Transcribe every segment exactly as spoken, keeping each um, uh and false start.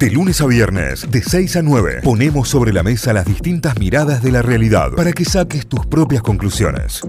De lunes a viernes, de seis a nueve, ponemos sobre la mesa las distintas miradas de la realidad para que saques tus propias conclusiones.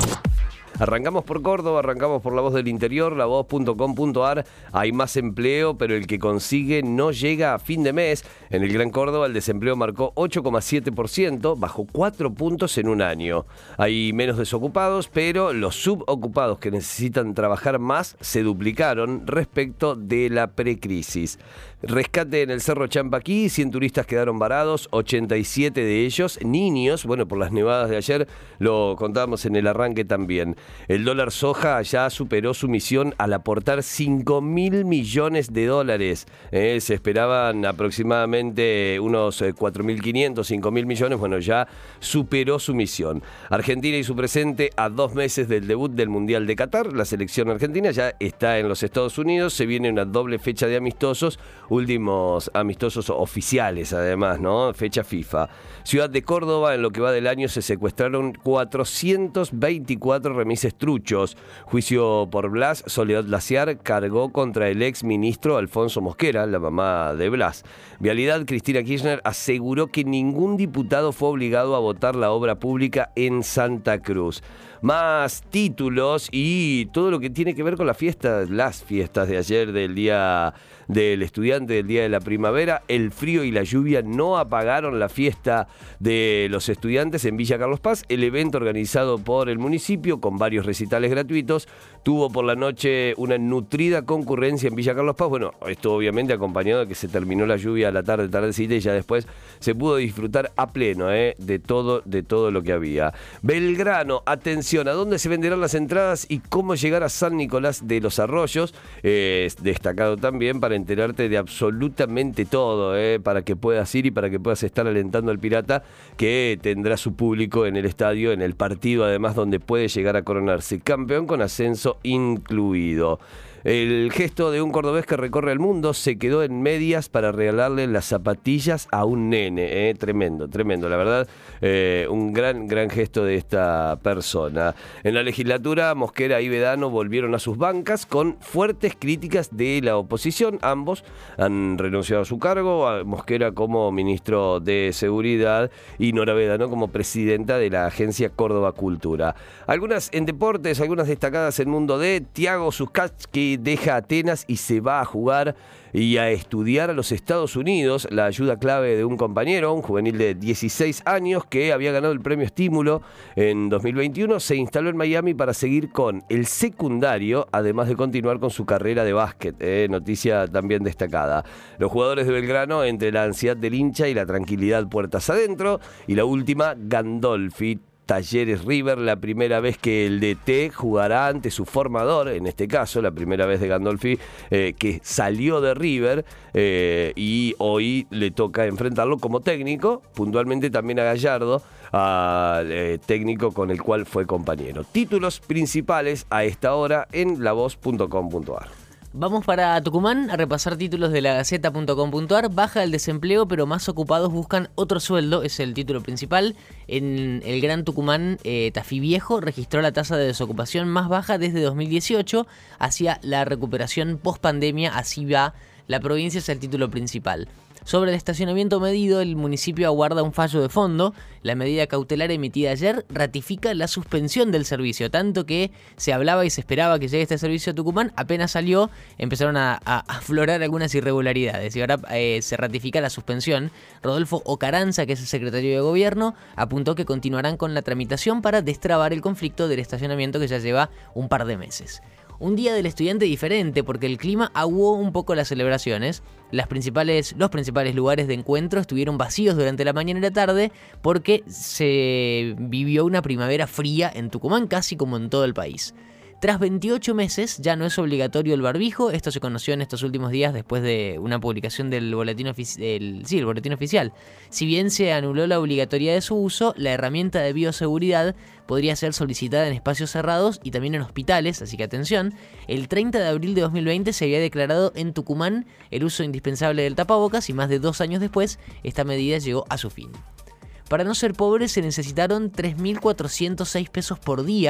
Arrancamos por Córdoba, arrancamos por La Voz del Interior, la voz punto com punto a r. Hay más empleo, pero el que consigue no llega a fin de mes. En el Gran Córdoba el desempleo marcó ocho coma siete por ciento, bajó cuatro puntos en un año. Hay menos desocupados, pero los subocupados que necesitan trabajar más se duplicaron respecto de la precrisis. Rescate en el Cerro Champaquí, cien turistas quedaron varados, ochenta y siete de ellos niños. Bueno, por las nevadas de ayer lo contábamos en el arranque también. El dólar soja ya superó su misión al aportar cinco mil millones de dólares. Eh, se esperaban aproximadamente unos cuatro mil quinientos, cinco mil millones. Bueno, ya superó su misión. Argentina y su presente a dos meses del debut del Mundial de Qatar. La selección argentina ya está en los Estados Unidos. Se viene una doble fecha de amistosos. Últimos amistosos oficiales, además, ¿no? Fecha FIFA. Ciudad de Córdoba, en lo que va del año, se secuestraron cuatrocientos veinticuatro remises truchos. Juicio por Blas. Soledad Laciar cargó contra el ex ministro Alfonso Mosquera, la mamá de Blas. Vialidad, Cristina Kirchner aseguró que ningún diputado fue obligado a votar la obra pública en Santa Cruz. Más títulos y todo lo que tiene que ver con la fiesta, las fiestas de ayer del Día del Estudiante, del Día de la Primavera. El frío y la lluvia no apagaron la fiesta de los estudiantes en Villa Carlos Paz. El evento, organizado por el municipio con varios recitales gratuitos, tuvo por la noche una nutrida concurrencia en Villa Carlos Paz. Bueno, esto obviamente acompañado de que se terminó la lluvia a la tarde, tardecita, y ya después se pudo disfrutar a pleno eh, de todo, de todo lo que había. Belgrano, atención. ¿A dónde se venderán las entradas y cómo llegar a San Nicolás de los Arroyos? Eh, es destacado también para enterarte de absolutamente todo, eh, para que puedas ir y para que puedas estar alentando al Pirata, que tendrá su público en el estadio, en el partido, además, donde puede llegar a coronarse campeón con ascenso incluido. El gesto de un cordobés que recorre el mundo: se quedó en medias para regalarle las zapatillas a un nene. Eh, tremendo, tremendo, la verdad. Eh, un gran, gran gesto de esta persona. En la legislatura, Mosquera y Vedano volvieron a sus bancas con fuertes críticas de la oposición. Ambos han renunciado a su cargo, a Mosquera como ministro de Seguridad y Nora Vedano como presidenta de la agencia Córdoba Cultura. Algunas en deportes, algunas destacadas en Mundo D. Thiago Suskatski deja Atenas y se va a jugar y a estudiar a los Estados Unidos. La ayuda clave de un compañero, un juvenil de dieciséis años que había ganado el premio Estímulo en dos mil veintiuno, se instaló en Miami para seguir con el secundario, además de continuar con su carrera de básquet. Eh, noticia también destacada. Los jugadores de Belgrano, entre la ansiedad del hincha y la tranquilidad puertas adentro. Y la última, Gandolfi. Talleres River, la primera vez que el D T jugará ante su formador, en este caso, la primera vez de Gandolfi, eh, que salió de River, eh, y hoy le toca enfrentarlo como técnico, puntualmente también a Gallardo, a, eh, técnico con el cual fue compañero. Títulos principales a esta hora en la voz punto com punto a r. Vamos para Tucumán a repasar títulos de la gaceta punto com punto a r. Baja el desempleo, pero más ocupados buscan otro sueldo, es el título principal. En el Gran Tucumán, eh, Tafí Viejo registró la tasa de desocupación más baja desde dos mil dieciocho. Hacia la recuperación post-pandemia, así va la provincia, es el título principal. Sobre el estacionamiento medido, el municipio aguarda un fallo de fondo. La medida cautelar emitida ayer ratifica la suspensión del servicio, tanto que se hablaba y se esperaba que llegue este servicio a Tucumán. Apenas salió, empezaron a, a aflorar algunas irregularidades y ahora eh, se ratifica la suspensión. Rodolfo Ocaranza, que es el secretario de Gobierno, apuntó que continuarán con la tramitación para destrabar el conflicto del estacionamiento que ya lleva un par de meses. Un día del estudiante diferente, porque el clima aguó un poco las celebraciones. Las principales, los principales lugares de encuentro estuvieron vacíos durante la mañana y la tarde porque se vivió una primavera fría en Tucumán, casi como en todo el país. Tras veintiocho meses ya no es obligatorio el barbijo. Esto se conoció en estos últimos días después de una publicación del boletín, ofici- del, sí, el boletín oficial. Si bien se anuló la obligatoriedad de su uso, la herramienta de bioseguridad podría ser solicitada en espacios cerrados y también en hospitales, así que atención. El treinta de abril de dos mil veinte se había declarado en Tucumán el uso indispensable del tapabocas y más de dos años después esta medida llegó a su fin. Para no ser pobres se necesitaron tres mil cuatrocientos seis pesos por día.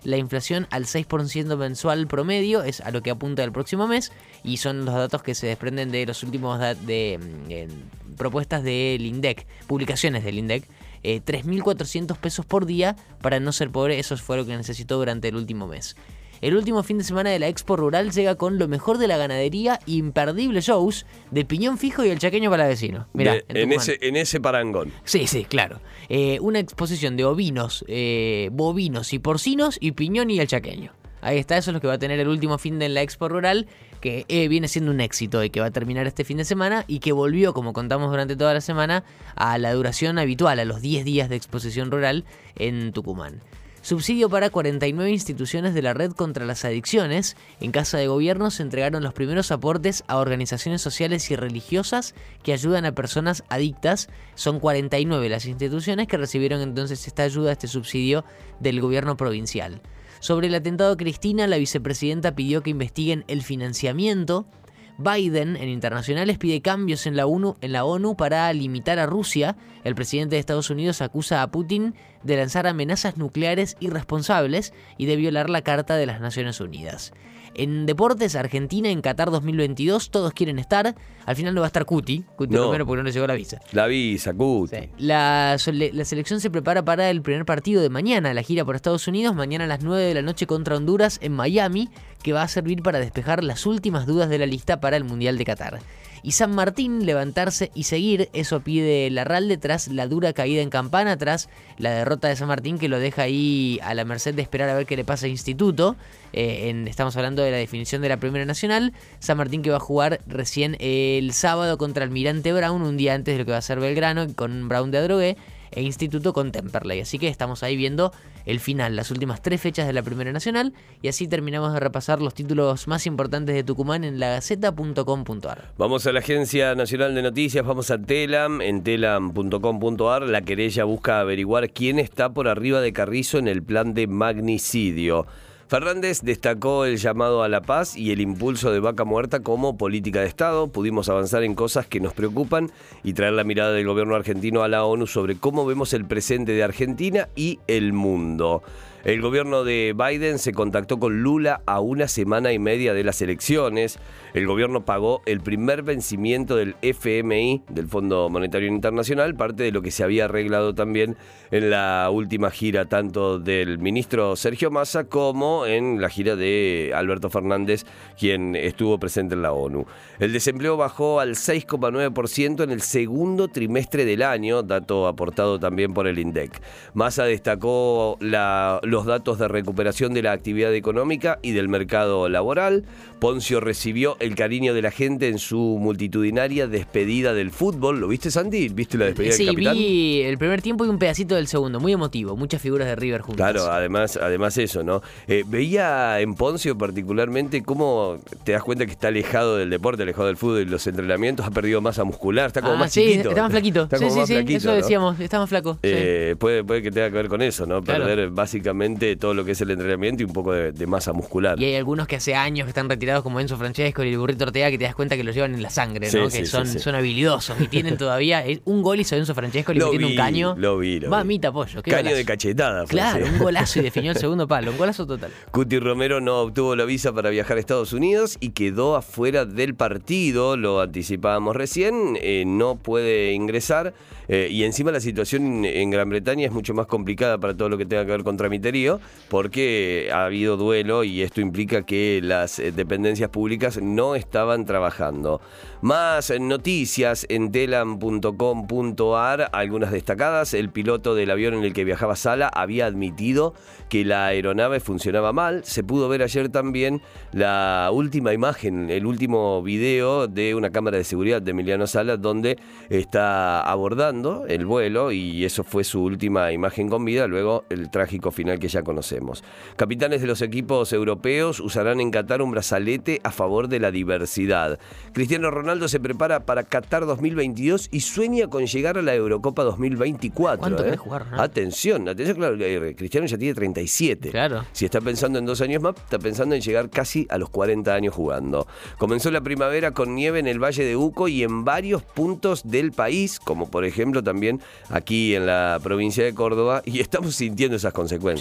la inflación al seis por ciento mensual promedio, es a lo que apunta el próximo mes, y son los datos que se desprenden de los últimos da- de, de, de propuestas del INDEC, publicaciones del INDEC. Eh, tres mil cuatrocientos pesos por día para no ser pobre, eso fue lo que necesitó durante el último mes. El último fin de semana de la Expo Rural llega con lo mejor de la ganadería, imperdibles shows de Piñón Fijo y el Chaqueño Palavecino. Mirá, De, en, en, ese, en ese parangón. Sí, sí, claro. Eh, una exposición de ovinos, eh, bovinos y porcinos y Piñón y el Chaqueño. Ahí está, eso es lo que va a tener el último fin de la Expo Rural, que eh, viene siendo un éxito y que va a terminar este fin de semana y que volvió, como contamos durante toda la semana, a la duración habitual, a los diez días de exposición rural en Tucumán. Subsidio para cuarenta y nueve instituciones de la Red contra las Adicciones. En Casa de Gobierno se entregaron los primeros aportes a organizaciones sociales y religiosas que ayudan a personas adictas. Son cuarenta y nueve las instituciones que recibieron entonces esta ayuda, este subsidio del gobierno provincial. Sobre el atentado a Cristina, la vicepresidenta pidió que investiguen el financiamiento. Biden, en internacionales, pide cambios en la ONU, en la ONU para limitar a Rusia. El presidente de Estados Unidos acusa a Putin de lanzar amenazas nucleares irresponsables y de violar la Carta de las Naciones Unidas. En deportes, Argentina en Qatar dos mil veintidós, todos quieren estar. Al final no va a estar Cuti, Cuti No. Romero porque no le llegó la visa. La visa, Cuti. Sí. La, sole- la selección se prepara para el primer partido de mañana, la gira por Estados Unidos, mañana a las nueve de la noche contra Honduras en Miami, que va a servir para despejar las últimas dudas de la lista para el Mundial de Qatar. Y San Martín, levantarse y seguir, eso pide Larralde tras la dura caída en Campana, tras la derrota de San Martín que lo deja ahí a la merced de esperar a ver qué le pasa a Instituto. Eh, en, estamos hablando de la definición de la Primera Nacional. San Martín que va a jugar recién el sábado contra Almirante Brown, un día antes de lo que va a ser Belgrano, con Brown de Adrogué, e Instituto con Temperley. Así que estamos ahí viendo el final, las últimas tres fechas de la Primera Nacional, y así terminamos de repasar los títulos más importantes de Tucumán en la gaceta punto com punto ar. Vamos a la Agencia Nacional de Noticias, vamos a Telam, en telam punto com punto ar. La querella busca averiguar quién está por arriba de Carrizo en el plan de magnicidio. Fernández destacó el llamado a la paz y el impulso de Vaca Muerta como política de Estado. Pudimos avanzar en cosas que nos preocupan y traer la mirada del gobierno argentino a la ONU sobre cómo vemos el presente de Argentina y el mundo. El gobierno de Biden se contactó con Lula a una semana y media de las elecciones. El gobierno pagó el primer vencimiento del F M I, del Fondo Monetario Internacional, parte de lo que se había arreglado también en la última gira tanto del ministro Sergio Massa como en la gira de Alberto Fernández, quien estuvo presente en la ONU. El desempleo bajó al seis coma nueve por ciento en el segundo trimestre del año, dato aportado también por el INDEC. Massa destacó la los datos de recuperación de la actividad económica y del mercado laboral. Poncio recibió el cariño de la gente en su multitudinaria despedida del fútbol. ¿Lo viste, Santi? ¿Viste la despedida Sí, del capitán? vi el primer tiempo y un pedacito del segundo, muy emotivo, muchas figuras de River juntas. Claro, además, además eso, ¿no? Eh, veía en Poncio particularmente cómo te das cuenta que está alejado del deporte, alejado del fútbol y los entrenamientos, ha perdido masa muscular, está como Ah, más sí, chiquito. está más flaquito. Está Sí, como sí, más sí, flaquito, eso ¿no? decíamos, está más flaco. Sí. Eh, puede, puede que tenga que ver con eso, ¿no? Claro. Perder básicamente todo lo que es el entrenamiento y un poco de, de masa muscular. Y hay algunos que hace años que están retirados, como Enzo Francesco y el Burrito Ortega, que te das cuenta que los llevan en la sangre, ¿no? Sí, que sí, son, sí, sí. son habilidosos y tienen todavía eh, un gol hizo Enzo Francesco, le Lo metiendo vi, un caño. lo vi, lo vi. Mamita pollo, qué Caño golazo. de cachetada. fue Claro, así. un golazo y definió el segundo palo, un golazo total. Cuti Romero no obtuvo la visa para viajar a Estados Unidos y quedó afuera del partido, lo anticipábamos recién, eh, no puede ingresar eh, y encima la situación en Gran Bretaña es mucho más complicada para todo lo que tenga que ver con tramiterío porque ha habido duelo y esto implica que las eh, dependencias públicas no estaban trabajando. Más eh, noticias en telam punto com punto ar, algunas destacadas. El piloto del avión en el que viajaba Sala había admitido que la aeronave funcionaba mal. Se pudo ver ayer también la última imagen, el último video de una cámara de seguridad de Emiliano Sala donde está abordando el vuelo y eso fue su última imagen con vida, luego el trágico final que ya conocemos. Capitanes de los equipos europeos usarán en Qatar un brazalete a favor de la diversidad. Cristiano Ronaldo se prepara para Qatar dos mil veintidós y sueña con llegar a la Eurocopa dos mil veinticuatro. ¿Cuánto ¿eh? querés jugar, no? Atención, atención, claro, eh, Cristiano ya tiene treinta y siete. Claro. Si está pensando en dos años más, está pensando en llegar casi a los cuarenta años jugando. Comenzó la primavera con nieve en el Valle de Uco y en varios puntos del país, como por ejemplo también aquí en la provincia de Córdoba, y estamos sintiendo esas consecuencias.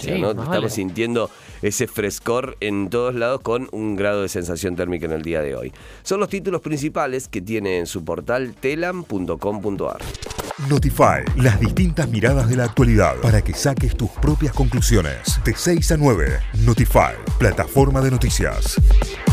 diferencia, Sí, ¿no? más Estamos vale. sintiendo ese frescor en todos lados con un grado de sensación térmica en el día de hoy. Son los títulos principales que tiene en su portal telam punto com punto ar. Notify, las distintas miradas de la actualidad para que saques tus propias conclusiones. De seis a nueve, Notify, plataforma de noticias.